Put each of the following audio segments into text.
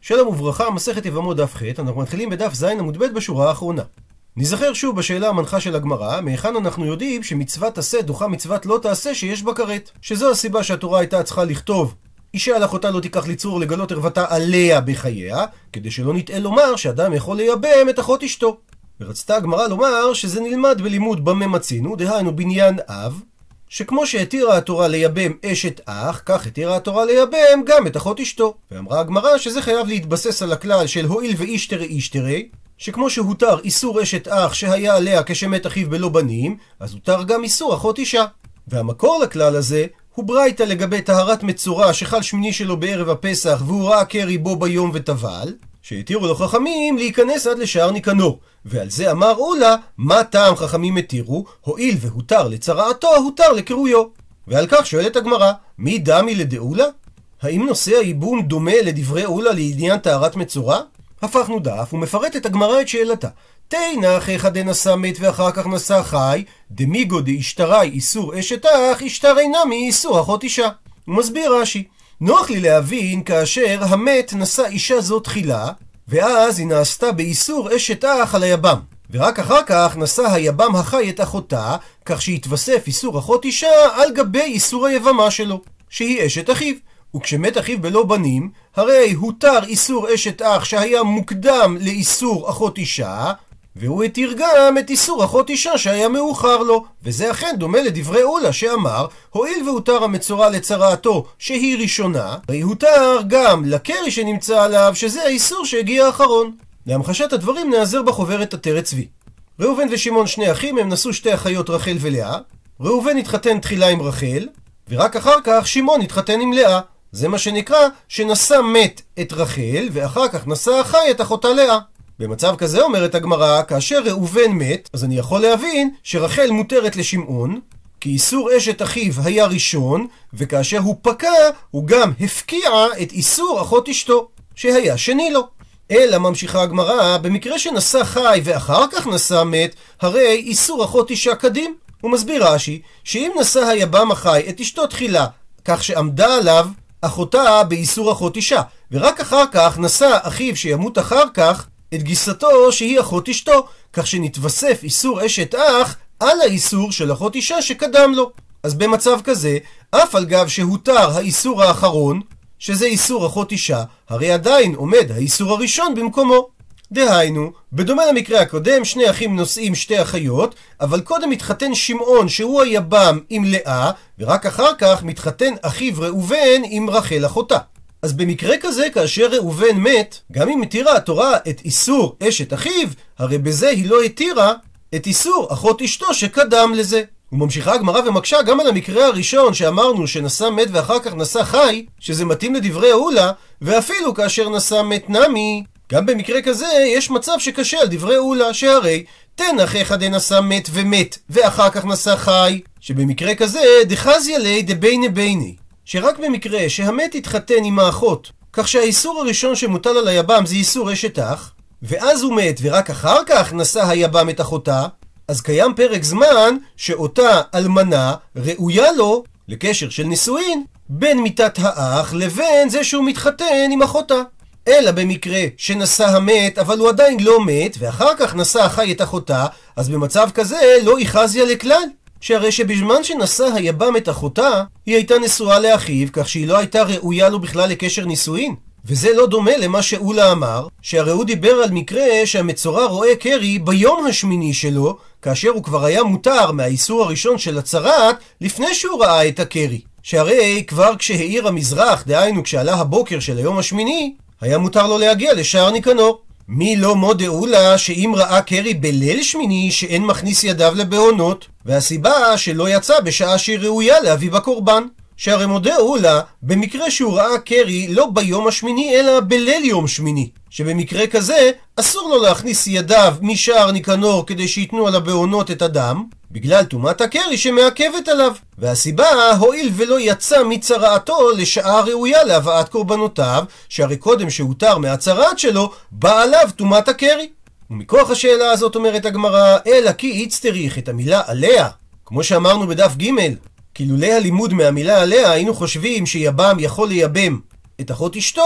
שלום וברכה, מסכת יבמות דף ח', אנחנו מתחילים בדף ז' עמוד ב' בשורה האחרונה. נזכר שוב בשאלה המנחה של הגמרא, מהיכן אנחנו יודעים שמצוות עשה דוחה מצוות לא תעשה שיש בה כרת, שזו הסיבה שהתורה הייתה צריכה לכתוב אישה על אחותה לא תיקח לצרור לגלות ערוותה עליה בחייה, כדי שלא נטעה לומר שאדם יכול לייבם את אחות אשתו. ורצתה הגמרא לומר שזה נלמד בלימוד במה מצינו, דהיינו בניין אב, שכמו שהתירה התורה לייבם אשת אח, כך התירה התורה לייבם גם את אחות אשתו. ואמרה הגמרא שזה חייב להתבסס על הכלל של הואיל ואישתרי אישתרי, שכמו שהותר איסור אשת אח שהיה עליה כשמת אחיו בלא בנים, אז הותר גם איסור אחות אישה. והמקור לכלל הזה הוא ברייתא לגבי טהרת מצורע שחל שמיני שלו בערב הפסח והוא ראה קרי בו ביום וטבל, שהתירו לו חכמים להיכנס עד לשער ניקנור. ועל זה אמר אולה, מה טעם חכמים התירו? הואיל והותר לצרעתו, הותר לקרויו. ועל כך שואלת הגמרא, מי דמי לדאולה? האם נושא הייבום דומה לדברי אולה לעניין טהרת מצורע? הפכנו דף ומפרט את הגמרא את שאלתה. תינך אחד נשא מת ואחר כך נשא חי, דמיגו דאישתרי איסור אשת אח, אישתרי נמי איסור אחות אישה. הוא מסביר רש"י, נוח לי להבין כאשר המת נשא אישה זו תחילה, ואז היא נעשתה באיסור אשת אח על היבם, ורק אחר כך נשא היבם החי את אחותה, כך שהתווסף איסור אחות אישה על גבי איסור היבמה שלו, שהיא אשת אחיו. וכשמת אחיו בלא בנים, הרי הותר איסור אשת אח שהיה מוקדם לאיסור אחות אישה, והוא התיר גם את איסור אחות אישה שהיה מאוחר לו. וזה אכן דומה לדברי אולה שאמר, הואיל והותר המצורע לצרעתו שהיא ראשונה, הרי הותר גם לקרי שנמצא עליו שזה האיסור שהגיע האחרון. להמחשת הדברים נעזר בחוברת עטרת צבי. ראובן ושמעון שני אחים, הם נשאו שתי אחיות רחל ולאה. ראובן התחתן תחילה עם רחל, ורק אחר כך שמעון התחתן עם לאה. זה מה שנקרא שנשא מת את רחל ואחר כך נשא החי את אחותה לאה. במצב כזה אומרת הגמרא, כאשר ראובן מת, אז אני יכול להבין שרחל מותרת לשמעון, כי איסור אשת אחיו היה ראשון, וכאשר הוא פקע, הוא גם הפקיע את איסור אחות אשתו, שהיה שני לו. אלא ממשיכה הגמרא, במקרה שנשא חי ואחר כך נשא מת, הרי איסור אחות אישה קדים. הוא מסביר רש"י, שאם נשא היבם החי את אשתו תחילה, כך שעמדה עליו אחותה באיסור אחות אישה, ורק אחר כך נשא אחיו שימות אחר כך את גיסתו שהיא אחות אשתו, כך שנתווסף איסור אשת אח על האיסור של אחות אישה שקדם לו. אז במצב כזה, אף על גב שהותר האיסור האחרון, שזה איסור אחות אישה, הרי עדיין עומד האיסור הראשון במקומו. דהיינו, בדומה למקרה הקודם, שני אחים נושאים שתי אחיות, אבל קודם מתחתן שמעון שהוא היבם עם לאה, ורק אחר כך מתחתן אחיו ראובן עם רחל אחותה. אז במקרה כזה, כאשר ראובן מת, גם אם התירה התורה את איסור אשת אחיו, הרי בזה היא לא התירה את איסור אחות אשתו שקדם לזה. וממשיכה הגמרא ומקשה גם על המקרה הראשון שאמרנו שנשא מת ואחר כך נשא חי, שזה מתאים לדברי אולה, ואפילו כאשר נשא מת נמי, גם במקרה כזה יש מצב שקשה על דברי אולה, שהרי תנח אחד נשא מת ומת ואחר כך נשא חי, שבמקרה כזה דחזיה לי דבייני בייני, שרק במקרה שהמת התחתן עם האחות, כך שהאיסור הראשון שמוטל על היבם זה איסור אשת אח, ואז הוא מת ורק אחר כך נשא היבם את אחותה, אז קיים פרק זמן שאותה אלמנה ראויה לו לקשר של נישואין בין מיתת האח לבין זה שהוא מתחתן עם אחותה. אלא במקרה שנשא המת אבל הוא עדיין לא מת ואחר כך נשא החי את אחותה, אז במצב כזה לא יחזיה לכלל, שהרי שבזמן שנשא היבם את אחותה היא הייתה נשואה לאחיו, כך שהיא לא הייתה ראויה לו בכלל לקשר נישואין. וזה לא דומה למה שאולה אמר, שהרי הוא דיבר על מקרה שהמצורע רואה קרי ביום השמיני שלו, כאשר הוא כבר היה מותר מהאיסור הראשון של הצרעת לפני שהוא ראה את הקרי, שהרי כבר כשהאיר המזרח, דהיינו כשעלה הבוקר של היום השמיני, היה מותר לו להגיע לשער ניקנור. מי לא מודה אולה שאם ראה קרי בליל שמיני שאין מכניס ידיו לבעונות, והסיבה שלא יצא בשעה שהיא ראויה להביא בקורבן, שהרי מודה אולה במקרה שהוא ראה קרי לא ביום השמיני אלא בליל יום שמיני, שבמקרה כזה אסור לו להכניס ידיו משער ניקנור כדי שיתנו על הבעונות את הדם, בגלל טומאת הקרי שמעכבת עליו, והסיבה הואיל ולא יצא מצרעתו לשעה ראויה להבאת קורבנותיו, שהרי קודם שהותר מהצרעת שלו בא עליו טומאת הקרי. ומכוח השאלה הזאת אומרת הגמרא, אלא כי הצטריך את המילה עליה, כמו שאמרנו בדף ג', כי לולא הלימוד מהמילה עליה היינו חושבים שיבם יכול לייבם את אחות אשתו,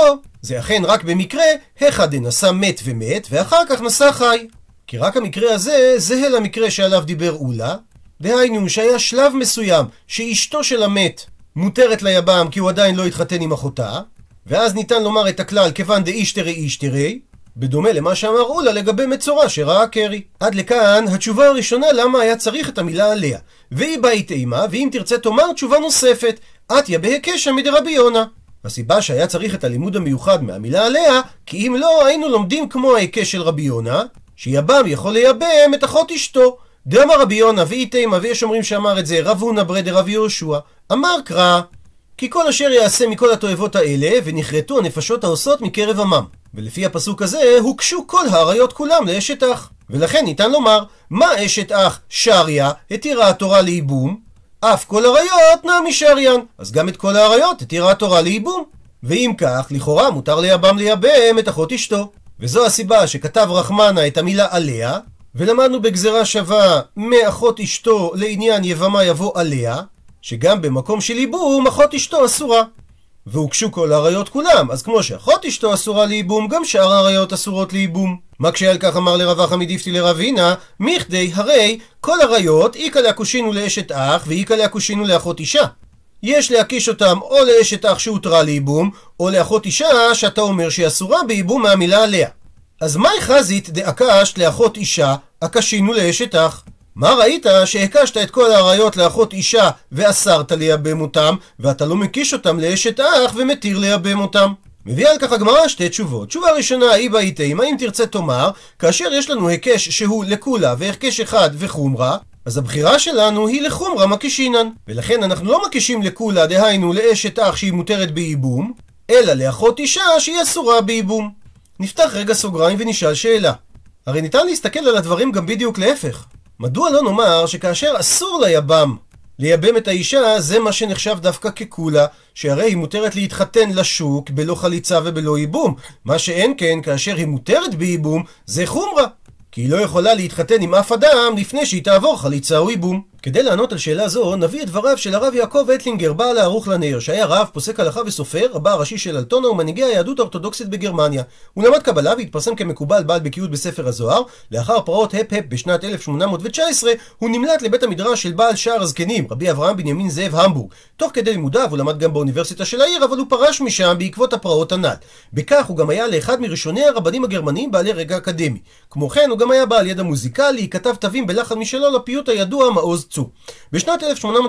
זה אכן רק במקרה, אחד נשא מת ומת, ואחר כך נשא חי. כי רק המקרה הזה זהה למקרה שעליו דיבר אולה, דהיינו שהיה שלב מסוים שאשתו של המת מותרת ליבם כי הוא עדיין לא התחתן עם אחותה, ואז ניתן לומר את הכלל כיוון דאישתרי אישתרי, בדומה למה שאמר אולה לגבי מצורע שראה קרי. עד לכאן התשובה הראשונה למה היה צריך את המילה עליה. והיא בית אימה, ואם תרצה תאמר תשובה נוספת, עטיה בהיקשה מדרבי יונה. הסיבה שהיה צריך את הלימוד המיוחד מהמילה עליה, כי אם לא היינו לומדים כמו ההיקש של רבי יונה, שיבם יכול לייבם את אחות אשתו. דאמר רבי יונה ואי תימה, ויש אומרים שאמר את זה רב הונא ברי דרבי יהושע, אמר קרא כי כל אשר יעשה מכל התועבות האלה ונחרטו הנפשות העושות מקרב עמם. ולפי הפסוק הזה הוקשו כל העריות כולם לאשת אח, ולכן ניתן לומר מה אשת אח שריה התירה התורה לייבום, אף כל עריות נמי שריין, אז גם את כל העריות התירה התורה לייבום. ואם כך לכאורה מותר לייבם לייבם את אחות אשתו, וזו הסיבה שכתב רחמנה את המילה עליה, ולמדנו בגזרה שווה מאחות אשתו לעניין יבמה יבוא עליה, שגם במקום של ייבום אחות אשתו אסורה. והוקשו כל העריות כולם, אז כמו שאחות אשתו אסורה לייבום, גם שאר העריות אסורות לייבום. מה כשעל כך אמר לרב אחא מדיפתי לרב הינא, מכדי הרי כל עריות איקא להקושינו לאשת אח ואיקא להקושינו לאחות אישה. יש להקיש אותם או לאשת אח שהותרה לייבום, או לאחות אישה שאתה אומר שהיא אסורה בייבום מהמילה עליה. אז מהי חזית דאקשת לאחות אישה, הקשינו לאשת אח? מה ראית שהקשת את כל העריות לאחות אישה ואסרת לייבם אותם, ואתה לא מקיש אותם לאשת אח ומתיר לייבם אותם? מביא על כך הגמרא שתי תשובות. תשובה ראשונה היא באיתים, אם תרצה תאמר, כאשר יש לנו הקש שהוא לקולה והקש אחד וחומרה, אז הבחירה שלנו היא לחומרה מקישינן, ולכן אנחנו לא מקישים לקולה, דהיינו לאשת אח שהיא מותרת בייבום, אלא לאחות אישה שהיא אסורה בייבום. נפתח רגע סוגריים ונשאל שאלה. הרי ניתן להסתכל על הדברים גם בדיוק להפך. מדוע לא נאמר שכאשר אסור ליבם לייבם את האישה, זה מה שנחשב דווקא כקולה, שהרי היא מותרת להתחתן לשוק בלא חליצה ובלא ייבום, מה שאין כן כאשר היא מותרת בייבום זה חומרה, כי היא לא יכולה להתחתן עם אף אדם לפני שהיא תעבור חליצה או ייבום. כדי לענות על שאלה זו נביא את דבריו של הרב יעקב אטלינגר בעל הערוך לנר, שהיה רב, פוסק הלכה וסופר, רבה הראשי של אלטונה ומנהיגי היהדות האורתודוקסית בגרמניה. הוא למד קבלה והתפרסם כמקובל בעל בקיאות בספר הזוהר. לאחר פרעות הפ בשנת 1819 הוא נמלט לבית המדרש של בעל שער הזקנים רבי אברהם בנימין זאב המבורג. תוך כדי לימודיו הוא למד גם באוניברסיטה של העיר, אבל הוא פרש משם בעקבות הפרעות הנ"ל. בכך הוא גם היה לאחד מראשוני הרבנים הגרמנים בעלי רגע אקדמי. כמו כן הוא גם היה בעל ידע מוזיקלי, כתב תווים בלחן משלו לפיוט הידוע מעוז צור. בשנת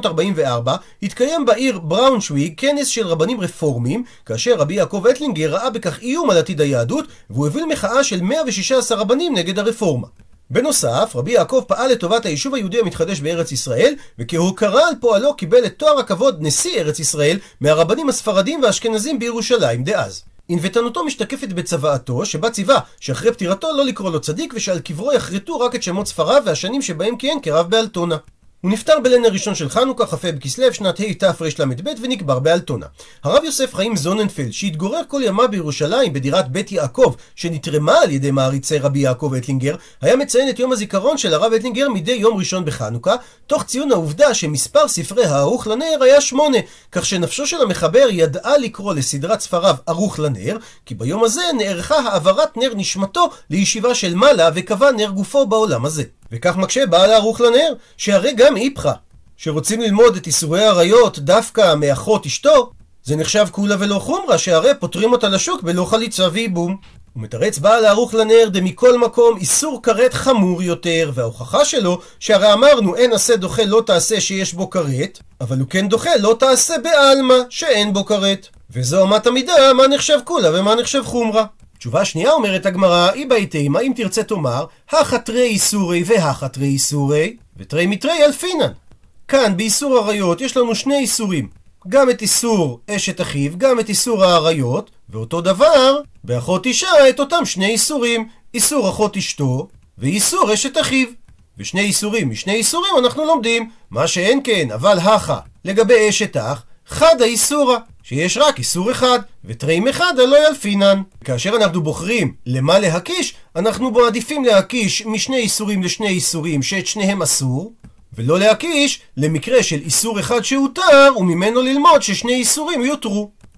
1844 התקיים בעיר בראונשוויג כנס של רבנים רפורמים, כאשר רבי יעקב אטלינגר ראה בכך איום על עתיד היהדות, והוא הוביל מחאה של 116 רבנים נגד הרפורמה. בנוסף, רבי יעקב פעל לטובת היישוב היהודי המתחדש בארץ ישראל, וכהוקרה על פועלו קיבל את תואר הכבוד נשיא ארץ ישראל מהרבנים הספרדים והאשכנזים בירושלים דאז. ענוותנותו משתקפת בצוואתו, שבה ציווה שאחרי פטירתו לא לקרוא לו צדיק, ושעל קברו יחרטו רק את שמות ספריו והשנים שבהם כיהן כרב באלטונה. הוא נפטר בליל הראשון של חנוכה, כ"ה בכסלו, שנת התרל"ב, ונקבר באלטונה. הרב יוסף חיים זוננפלד, שהתגורר כל ימיו בירושלים בדירת בית יעקב, שנתרמה על ידי מעריצי רבי יעקב אטלינגר, היה מציין את יום הזיכרון של הרב אטלינגר מדי יום ראשון בחנוכה, תוך ציון העובדה שמספר ספרי הערוך לנר היה 8, כך שנפשו של המחבר ידעה לקרוא לסדרת ספריו ערוך לנר, כי ביום הזה נערכה העברת נר נשמתו לישיבה של מעלה, וקבע נר גופו בעולם הזה. וכך מקשה בעל הערוך לנר, שהרי גם איפכה, שרוצים ללמוד את איסורי עריות דווקא מאחות אשתו, זה נחשב קולה ולא חומרה, שהרי פותרים אותה לשוק בלא חליצה וייבום. הוא מתרץ בעל הערוך לנר דמכל מקום איסור כרת חמור יותר, וההוכחה שלו שהרי אמרנו אין עשה דוחה לא תעשה שיש בו כרת, אבל הוא כן דוחה לא תעשה בעלמא שאין בו כרת, וזו אמת המידה מה נחשב קולה ומה נחשב חומרה. תשובה שנייה אומרת הגמרא, אי בהיתימה, אם תרצה תאמר, החתרי איסורי והחתרי איסורי, ותרי מתרי אלפינן. כאן באיסור עריות יש לנו שני איסורים, גם את איסור אשת אחיו, גם את איסור העריות, ואותו דבר, באחות אישה את אותם שני איסורים, איסור אחות אשתו ואיסור אשת אחיו. ושני איסורים משני איסורים אנחנו לומדים, מה שאין כן, אבל הכה, לגבי אשת אח, חד האיסורה, שיש רק איסור אחד, ותראים אחד הלא ילפינן. כאשר אנחנו בוחרים למה להקיש, אנחנו מעדיפים להקיש משני איסורים לשני איסורים שאת שניהם אסור, ולא להקיש למקרה של איסור אחד שהותר, וממנו ללמוד ששני איסורים יותרו.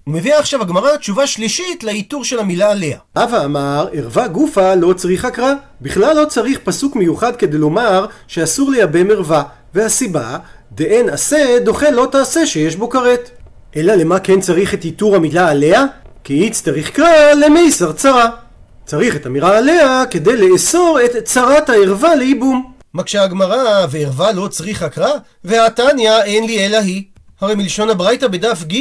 ומביאה עכשיו הגמרא תשובה שלישית לאיתור של המילה עליה. אבא אמר, ערווה גופה לא צריך הקרא. בכלל לא צריך פסוק מיוחד כדי לומר שאסור לייבם ערווה. והסיבה, דאין עשה דוחה לא תעשה שיש בו כרת. אלא למה כן צריך את איתור המילה עליה? כי יצטריך קרא למייסר צרה. צריך את המילה עליה כדי לאסור את צרת הערווה לייבום. מקשה הגמרא, וערווה לא צריך הקרא, והתניא אין לי אלא היא. הרי מלשון הברייתא בדף ג'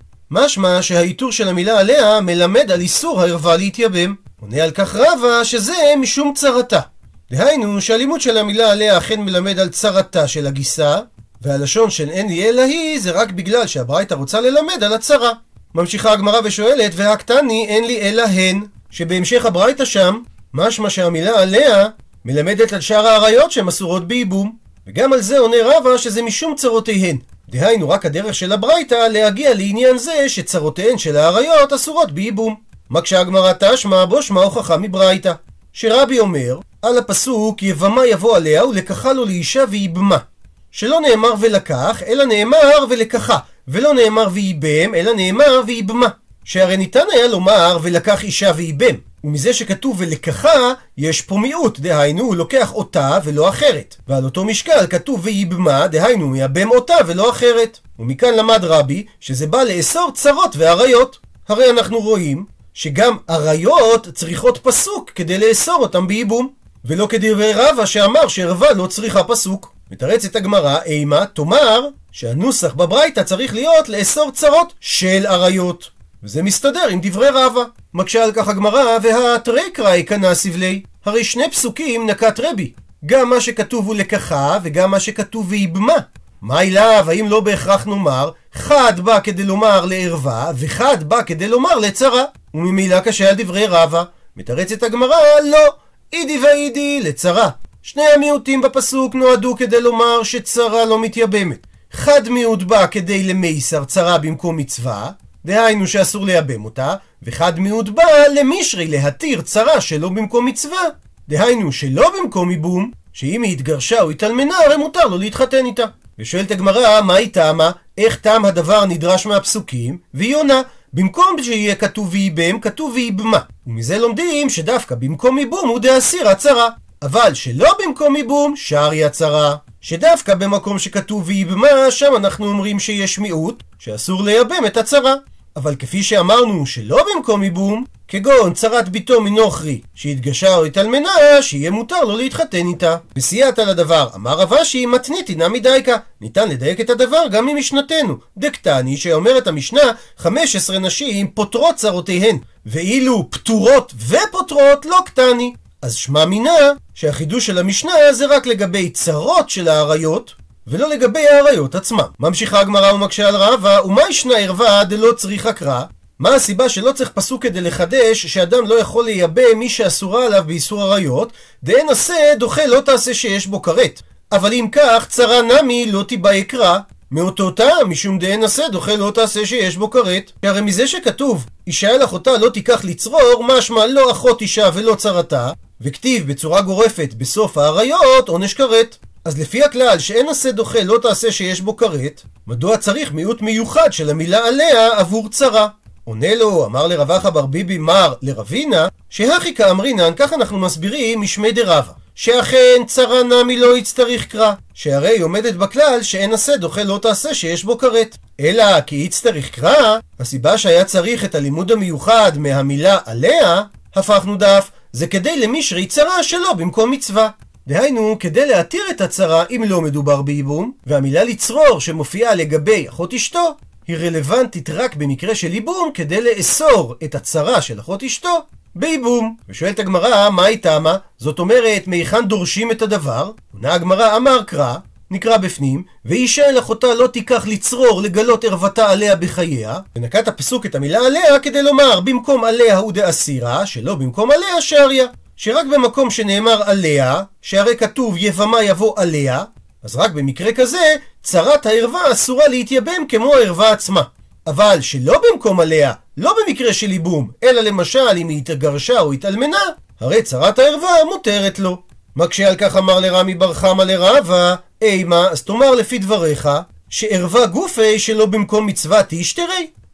משמע שהאיתור של המילה עליה מלמד על איסור הערווה להתייבם. עונה על כך רבא שזה משום צרתה. דהיינו שהלימוד של המילה עליה אכן מלמד על צרתה של הגיסה, והלשון של אין לי אלא היא זה רק בגלל שהברייתא רוצה ללמד על הצרה. ממשיכה הגמרא ושואלת, והקטני אין לי אלא הן, שבהמשך הברייתא שם משמע שהמילה עליה מלמדת על שאר העריות שהן אסורות בייבום, וגם על זה עונה רבא שזה משום צרותיהן. דהיינו רק הדרך של הברייתא להגיע לעניין זה שצרותיהן של העריות אסורות בייבום. מקשה הגמרא תשמע בו שמע הוכחה מברייתא, שרבי אומר על הפסוק יבמה יבוא עליה ולקחה לו לאישה וייבמה, שלא נאמר ולקח אלא נאמר ולקחה, ולא נאמר וייבם אלא נאמר וייבמה, שהרי ניתן היה לומר ולקח אישה וייבם, ומזה שכתוב ולקחה יש פה מיעוט, דהיינו הוא לוקח אותה ולא אחרת, ועל אותו משקל כתוב וייבמה, דהיינו הוא מייבם אותה ולא אחרת. ומכאן למד רבי שזה בא לאסור צרות ועריות. הרי אנחנו רואים שגם עריות צריכות פסוק כדי לאסור אותם בייבום, ולא כדברי רבא שאמר שערווה לא צריכה פסוק. מתרצת הגמרא, אימה תאמר שהנוסח בברייתא צריך להיות לאסור צרות של עריות, וזה מסתדר עם דברי רבא. מקשה על כך הגמרא, והתרי קראי קנה סבלי. הרי שני פסוקים נקט רבי, גם מה שכתוב הוא לקחה וגם מה שכתוב וייבמה. מה אליו, האם לא בהכרח נאמר חד בא כדי לומר לערווה וחד בא כדי לומר לצרה, וממילא קשה על דברי רבא. מתרצת הגמרא, לא, אידי ואידי לצרה. שני המיעוטים בפסוק נועדו כדי לומר שצרה לא מתייבמת. חד מיעוט בא כדי למייסר צרה במקום מצווה, דהיינו שאסור לייבם אותה, וחד מיעוט בא למישרי להתיר צרה שלא במקום מצווה, דהיינו שלא במקום ייבום, שאם היא התגרשה או התאלמנה הרי מותר לו להתחתן איתה. ושואלת הגמרא, מה היא טעמה? איך טעם הדבר נדרש מהפסוקים? והיא עונה, במקום שיהיה כתוב וייבם, כתוב וייבמה. ומזה לומדים שדווקא במקום ייבום הוא דאסיר הצרה, אבל שלא במקום ייבום שערי הצרה, שדווקא במקום שכתוב וייבמה שם אנחנו אומרים שיש מיעוט שאסור לייבם את הצרה. אבל כפי שאמרנו שלא במקום ייבום, כגון צרת ביתו מנוכרי שהתגשה או התאלמנה, שיהיה מותר לו להתחתן איתה. בסייעתא לדבר אמר רב אשי מתנית אינה מדייקה, ניתן לדייק את הדבר גם ממשנתנו דקטני, שאומרת המשנה 15 נשים פותרות צרותיהן, ואילו פטורות ופותרות לא קטני. אז שמע מינה שהחידוש של המשנה זה רק לגבי צרות של העריות ולא לגבי העריות עצמם. ממשיכה הגמרא ומקשה על רבא, ומה ישנה ערווה דלא צריך הקרא? מה הסיבה שלא צריך פסוק כדי לחדש שאדם לא יכול לייבם מי שאסורה עליו באיסור עריות? דאין עשה דוחה לא תעשה שיש בו כרת. אבל אם כך צרה נמי לא תיבא יקרא, מאותו טעם משום דאין עשה דוחה לא תעשה שיש בו כרת. שהרי מזה שכתוב אישה אל אחותה לא תיקח לצרור, משמע לא אחות אישה ולא צרתה, וכתיב בצורה גורפת בסוף העריות עונש כרת. אז לפי הכלל שאין עשה דוחה לא תעשה שיש בו כרת, מדוע צריך מיעוט מיוחד של המילה עליה עבור צרה? עונה לו, אמר לרב אחא בר ביבי מר לרבינה, שהכי כאמרינן, כך אנחנו מסבירים משמי דרבא, שאכן צרה נמי לא יצטריך קרא, שהרי היא עומדת בכלל שאין עשה דוחה לא תעשה שיש בו כרת. אלא כי יצטריך קרא, הסיבה שהיה צריך את הלימוד המיוחד מהמילה עליה, הפכנו דף, זה כדי למישרי צרה שלא במקום מצווה. דהיינו, כדי להתיר את הצרה אם לא מדובר בייבום, והמילה לצרור שמופיעה לגבי אחות אשתו, היא רלוונטית רק במקרה של ייבום כדי לאסור את הצרה של אחות אשתו בייבום. ושואלת הגמרא, מה היא טעמה? זאת אומרת, מהיכן דורשים את הדבר? עונה הגמרא, אמר קרא, נקרא בפנים, ואישה אל אחותה לא תיקח לצרור לגלות ערוותה עליה בחייה, ונקט הפסוק את המילה עליה כדי לומר במקום עליה הוא דאסירה, שלא במקום עליה שעריה, שרק במקום שנאמר עליה, שהרי כתוב יבמה יבוא עליה, אז רק במקרה כזה צרת הערווה אסורה להתייבם כמו הערווה עצמה. אבל שלא במקום עליה, לא במקרה של ייבום, אלא למשל אם היא התגרשה או התאלמנה, הרי צרת הערווה מותרת לו. מקשה על כך אמר לרמי בר חמא לרבא, אימה, אז תאמר לפי דבריך שערווה גופי שלא במקום מצווה תשתרי,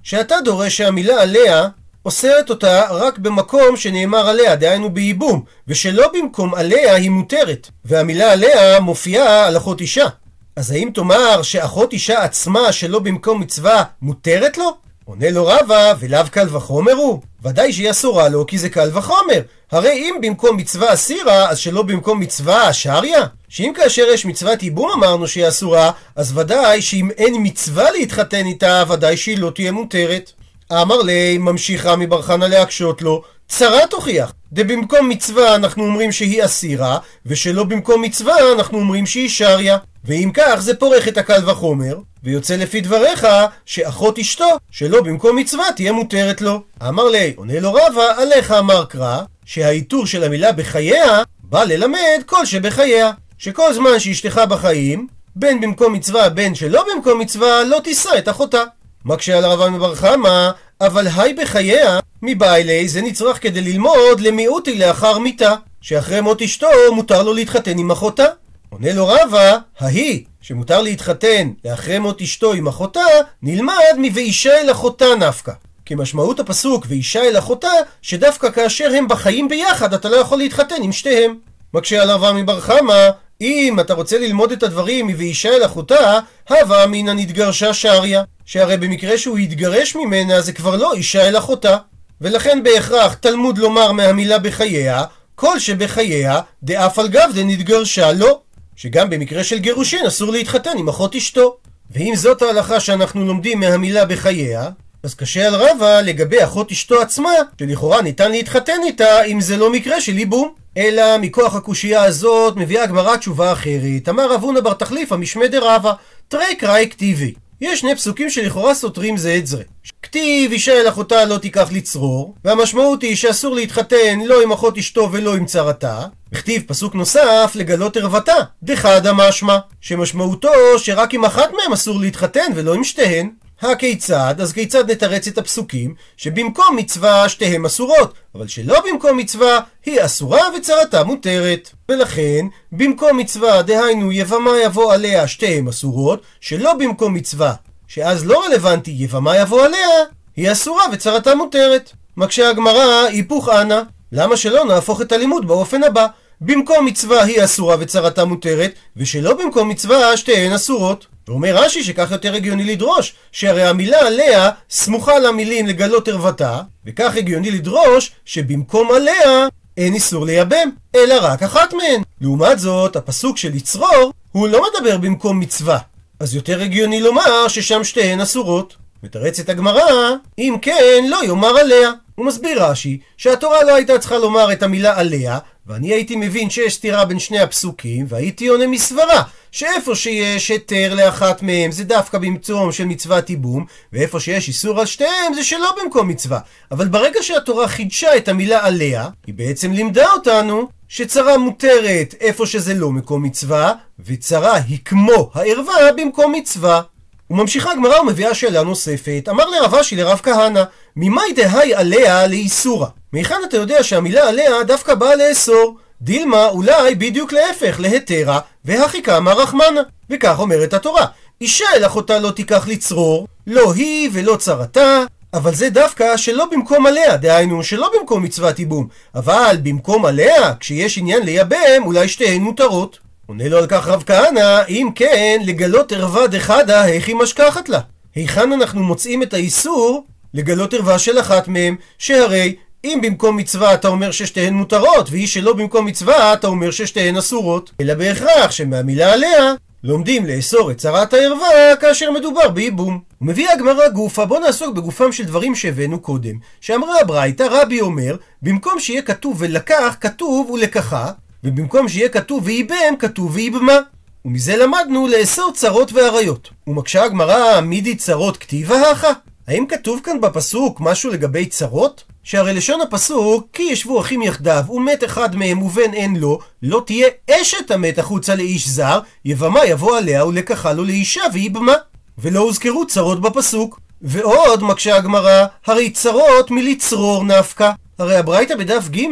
שאתה דורש שהמילה עליה אוסרת אותה רק במקום שנאמר עליה, דהיינו בייבום, ושלא במקום עליה היא מותרת, והמילה עליה מופיעה על אחות אישה. אז האם תאמר שאחות אישה עצמה שלא במקום מצווה מותרת לו? עונה לו רבא, ולאו קל וחומר הוא? ודאי שהיא אסורה לו, כי זה קל וחומר. הרי אם במקום מצווה אסירה, אז שלא במקום מצווה שריה? שאם כאשר יש מצוות ייבום אמרנו שהיא אסורה, אז ודאי שאם אין מצווה להתחתן איתה, ודאי שהיא לא תהיה מותרת. אמר לי, ממשיכה מבר חנא להקשות לו, צרה תוכיח. במקום מצווה אנחנו אומרים שהיא אסירה, ושלא במקום מצווה אנחנו אומרים שהיא שריה. ואם כך זה פורך את הקל וחומר, ויוצא לפי דבריך שאחות אשתו שלא במקום מצווה תהיה מותרת לו. אמר לי, עונה לו רבא, עליך אמר קרא, שהאיתור של המילה בחייה בא ללמד כל שבחייה, שכל זמן שאשתך בחיים, בין במקום מצווה בין שלא במקום מצווה, לא תישא את אחותה. מקשה על הרב מבר חמא, אבל היי בחייה מבעילי, זה נצרך כדי ללמוד למיעוטי לאחר מיתה, שאחרי מות אשתו מותר לו להתחתן עם אחותה. עונה לו רבא, ההיא שמותר להתחתן לאחרי מות אשתו עם אחותה, נלמד מ"ואישה אל אחותה" נפקא. כי משמעות הפסוק "ואישה אל אחותה", שדווקא כאשר הם בחיים ביחד אתה לא יכול להתחתן עם שתיהם. מקשה על הרב מבר חמא, אם אתה רוצה ללמוד את הדברים מ"ואישה אל אחותה", הווה אמינא נתגרשה שריה, שהרי במקרה שהוא יתגרש ממנה זה כבר לא אישה אל אחותה, ולכן בהכרח תלמוד לומר מהמילה בחייה כל שבחייה דאף על גב דנתגרשה לו, שגם במקרה של גירושין אסור להתחתן עם אחות אשתו. ואם זאת ההלכה שאנחנו לומדים מהמילה בחייה, אז קשה על רבא לגבי אחות אשתו עצמה, שלכאורה ניתן להתחתן איתה אם זה לא מקרה של ייבום. אלא מכוח הקושייה הזאת מביאה הגמרא תשובה אחרת. אמר רב הונא בר תחליפא משמי דרבא, תרי קראי כתיבי. יש שני פסוקים שלכאורה סותרים זה את זה. כתיב אישה אל אחותה לא תיקח לצרור, והמשמעות היא שאסור להתחתן לא עם אחות אשתו ולא עם צרתה. וכתיב פסוק נוסף לגלות ערוותה, דחדא משמע, שמשמעותו שרק עם אחת מהם אסור להתחתן ולא עם שתיהן. הכיצד? אז כיצד נתרץ את הפסוקים שבמקום מצווה שתיהם אסורות, אבל שלא במקום מצווה היא אסורה וצרתה מותרת? ולכן במקום מצווה, דהיינו יבמה יבוא עליה, שתיהם אסורות, שלא במקום מצווה, שאז לא רלוונטי יבמה יבוא עליה, היא אסורה וצרתה מותרת. מקשה הגמרא, היפוך אנא, למה שלא נהפוך את הלימוד באופן הבא? במקום מצווה היא אסורה וצרתה מותרת, ושלא במקום מצווה שתיהן אסורות. ואומר רש"י שכך יותר הגיוני לדרוש, שהרי המילה עליה סמוכה למילים לגלות ערוותה, וכך הגיוני לדרוש שבמקום עליה אין איסור לייבם, אלא רק אחת מהן. לעומת זאת, הפסוק של לצרור הוא לא מדבר במקום מצווה, אז יותר הגיוני לומר ששם שתיהן אסורות. מתרצת הגמרא, אם כן לא יאמר עליה. הוא מסביר רש"י שהתורה לא הייתה צריכה לומר את המילה עליה, ואני הייתי מבין שיש סתירה בין שני הפסוקים, והייתי עונה מסברה שאיפה שיש היתר לאחת מהם זה דווקא במקום של מצוות ייבום, ואיפה שיש איסור על שתיהם זה שלא במקום מצווה. אבל ברגע שהתורה חידשה את המילה עליה, היא בעצם לימדה אותנו שצרה מותרת איפה שזה לא מקום מצווה, וצרה היא כמו הערווה במקום מצווה. וממשיכה הגמרא ומביאה שאלה נוספת. אמר לרב אשי לרב כהנא, ממאי דהי עליה לאיסורה? מהיכן אתה יודע שהמילה עליה דווקא באה לאסור? דילמה אולי בדיוק להפך, להתרה, והכי כמה רחמנה. וכך אומרת התורה, אישה אל אחותה לא תיקח לצרור, לא היא ולא צרתה, אבל זה דווקא שלא במקום עליה, דהיינו שלא במקום מצוות ייבום, אבל במקום עליה, כשיש עניין לייבם, אולי שתיהן מותרות. עונה לו על כך רב כהנא, אם כן, לגלות ערווה דחדא, איך היא משכחת לה? היכן אנחנו מוצאים את האיסור לגלות ערווה של אחת מהם? שהרי אם במקום מצווה אתה אומר ששתיהן מותרות, והיא שלא במקום מצווה אתה אומר ששתיהן אסורות, אלא בהכרח שמהמילה עליה לומדים לאסור את צרת הערווה כאשר מדובר בייבום. ומביאה הגמרא גופה, בוא נעסוק בגופם של דברים שהבאנו קודם. שאמרה הברייתא, רבי אומר, במקום שיהיה כתוב ולקח, כתוב ולקחה, ובמקום שיהיה כתוב וייבם, כתוב וייבמה. ומזה למדנו לאסור צרות ועריות. ומקשה הגמרא, מידי צרות כתיבה הכה? האם כתוב כאן בפסוק משהו לגבי צרות? שהרי לשון הפסוק, כי ישבו אחים יחדיו ומת אחד מהם ובן אין לו, לא תהיה אשת המת החוצה לאיש זר, יבמה יבוא עליה ולקחה לו לאישה וייבמה. ולא הוזכרו צרות בפסוק. ועוד מקשה הגמרא, הרי צרות מלצרור נפקא. הרי הברייתא בדף ג'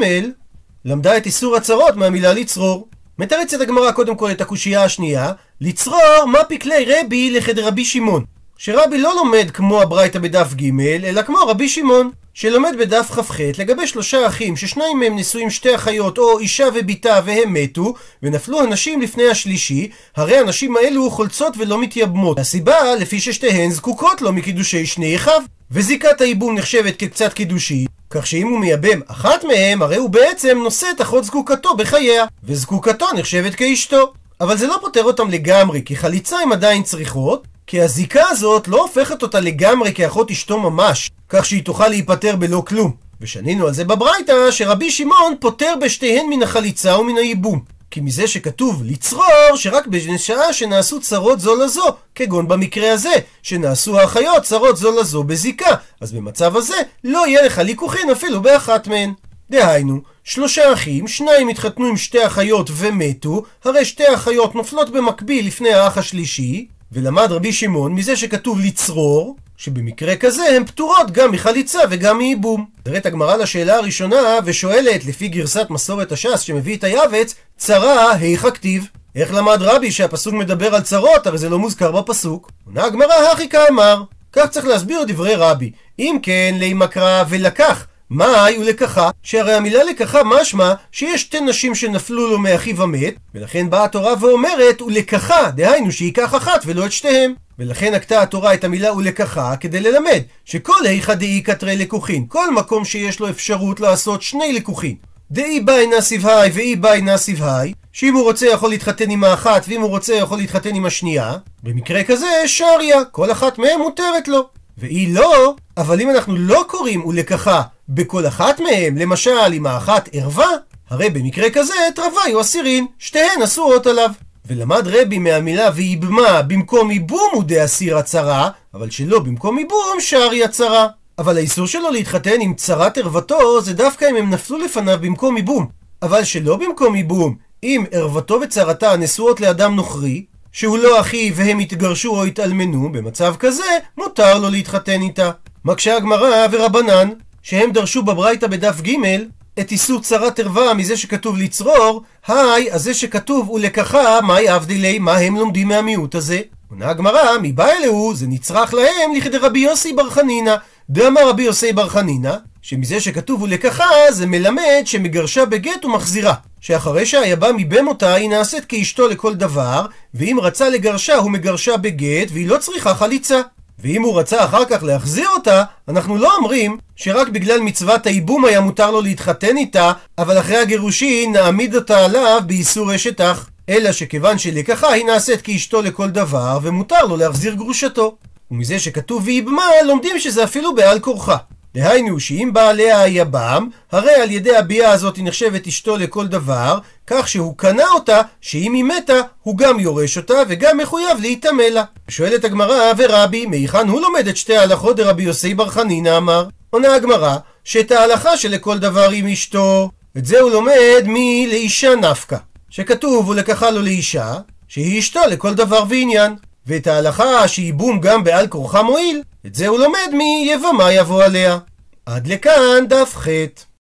למדה את איסור הצרות מהמילה לצרור. מתרצת הגמרא קודם כל את הקושייה השנייה, לצרור מה פיקלי רבי לחד רבי שמעון. שרבי לא לומד כמו הברייתא בדף ג' אלא כמו רבי שמעון, שלומד בדף כ"ח לגבי 3 אחים ששניים מהם נשואים 2 אחיות או אישה וביתה והם מתו, ונפלו הנשים לפני השלישי, הרי הנשים האלו חולצות ולא מתייבמות. הסיבה לפי ששתיהן זקוקות לו מקידושי שני אחיו, וזיקת הייבום נחשבת כקצת קידושי, כך שאם הוא מייבם אחת מהם, הרי הוא בעצם נושא את אחות זקוקתו בחייה, וזקוקתו נחשבת כאשתו. אבל זה לא פותר אותם לגמרי, כי חליצה הם עדיין צריכות, כי הזיקה הזאת לא הופכת אותה לגמרי כאחות אשתו ממש, כך שהיא תוכל להיפטר בלא כלום. ושנינו על זה בברייתא שרבי שמעון פותר בשתיהן מן החליצה ומן הייבום, כי מזה שכתוב לצרור שרק בשעה שנעשו צרות זו לזו, כגון במקרה הזה, שנעשו האחיות צרות זו לזו בזיקה, אז במצב הזה לא יהיה לך ליקוחין אפילו באחת מהן. דהיינו, 3 אחים, 2 התחתנו עם 2 אחיות ומתו, הרי 2 אחיות נופלות במקביל לפני האח השלישי, ולמד רבי שמעון מזה שכתוב לצרור, שבמקרה כזה הן פטורות גם מחליצה וגם מייבום. דרת הגמרא לשאלה הראשונה ושואלת, לפי גרסת מסורת הש"ס שמביא את היבץ, צרה היכא כתיב? איך למד רבי שהפסוק מדבר על צרות, הרי זה לא מוזכר בפסוק? עונה הגמרא הכי כאמר. כך צריך להסביר דברי רבי. אם כן, לימה קרא ולקח. מאי ולקחה, שהרי המילה לקחה משמע שיש 2 נשים שנפלו לו מאחיו המת, ולכן באה התורה ואומרת ולקחה, דהיינו שיקח אחת ולא את שתיהם. ולכן נקטה התורה את המילה ולקחה כדי ללמד שכל היכא דאי קטרי לקוחין, כל מקום שיש לו אפשרות לעשות 2 לקוחין, דאי באי נסיב היי ואי באי נסיב היי, שאם הוא רוצה יכול להתחתן עם האחת ואם הוא רוצה יכול להתחתן עם השנייה, במקרה כזה שריה, כל אחת מהם מותרת לו. והיא לא, אבל אם אנחנו לא קוראים ולקחה בכל אחת מהם, למשל אם האחת ערווה, הרי במקרה כזה תרווי או אסירין, שתיהן אסורות עליו. ולמד רבי מהמילה ויבמה במקום ייבום הוא דאסיר הצרה, אבל שלא במקום ייבום שריה צרה. אבל האיסור שלו להתחתן עם צרת ערוותו זה דווקא אם הם נפלו לפניו במקום ייבום, אבל שלא במקום ייבום, אם ערוותו וצרתה נשואות לאדם נוכרי, שהוא לא אחי והם התגרשו או התאלמנו, במצב כזה מותר לו להתחתן איתה. מקשה הגמרא ורבנן, שהם דרשו בברייתא בדף ג' את איסור צרת ערווה מזה שכתוב לצרור, היי, אז זה שכתוב ולקחה, מהי הבדילי, מה הם לומדים מהמיעוט הזה? עונה הגמרא, מבא אלוהו, זה נצרך להם לכדי רבי יוסי בר חנינא. דאמר רבי יוסי בר חנינא, שמזה שכתוב ולקחה זה מלמד שמגרשה בגט ומחזירה, שאחרי שהיבא מיבם אותה היא נעשית כאשתו לכל דבר, ואם רצה לגרשה הוא מגרשה בגט והיא לא צריכה חליצה. ואם הוא רצה אחר כך להחזיר אותה, אנחנו לא אומרים שרק בגלל מצוות הייבום היה מותר לו להתחתן איתה, אבל אחרי הגירושין נעמיד אותה עליו באיסור אשת אח, אלא שכיוון שלקחה היא נעשית כאשתו לכל דבר ומותר לו להחזיר גרושתו. ומזה שכתוב ויבמה לומדים שזה אפילו בעל כורחה, דהיינו שאם בא עליה היבם, הרי על ידי הביאה הזאת היא נחשבת אשתו לכל דבר, כך שהוא קנה אותה, שאם היא מתה, הוא גם יורש אותה וגם מחויב להיטמא לה. שואלת הגמרא, ורבי, מהיכן הוא לומד את 2 ההלכות דרבי יוסי בר חנינא אמר? עונה הגמרא, שאת ההלכה שלכל דבר עם אשתו, את זה הוא לומד מלאישה נפקא, שכתוב ולקחה לו לאישה, שהיא אשתו לכל דבר ועניין. ואת ההלכה שייבום גם בעל כורחה מועיל, את זה הוא לומד מיבמה יבוא עליה. עד לכאן דף ח'.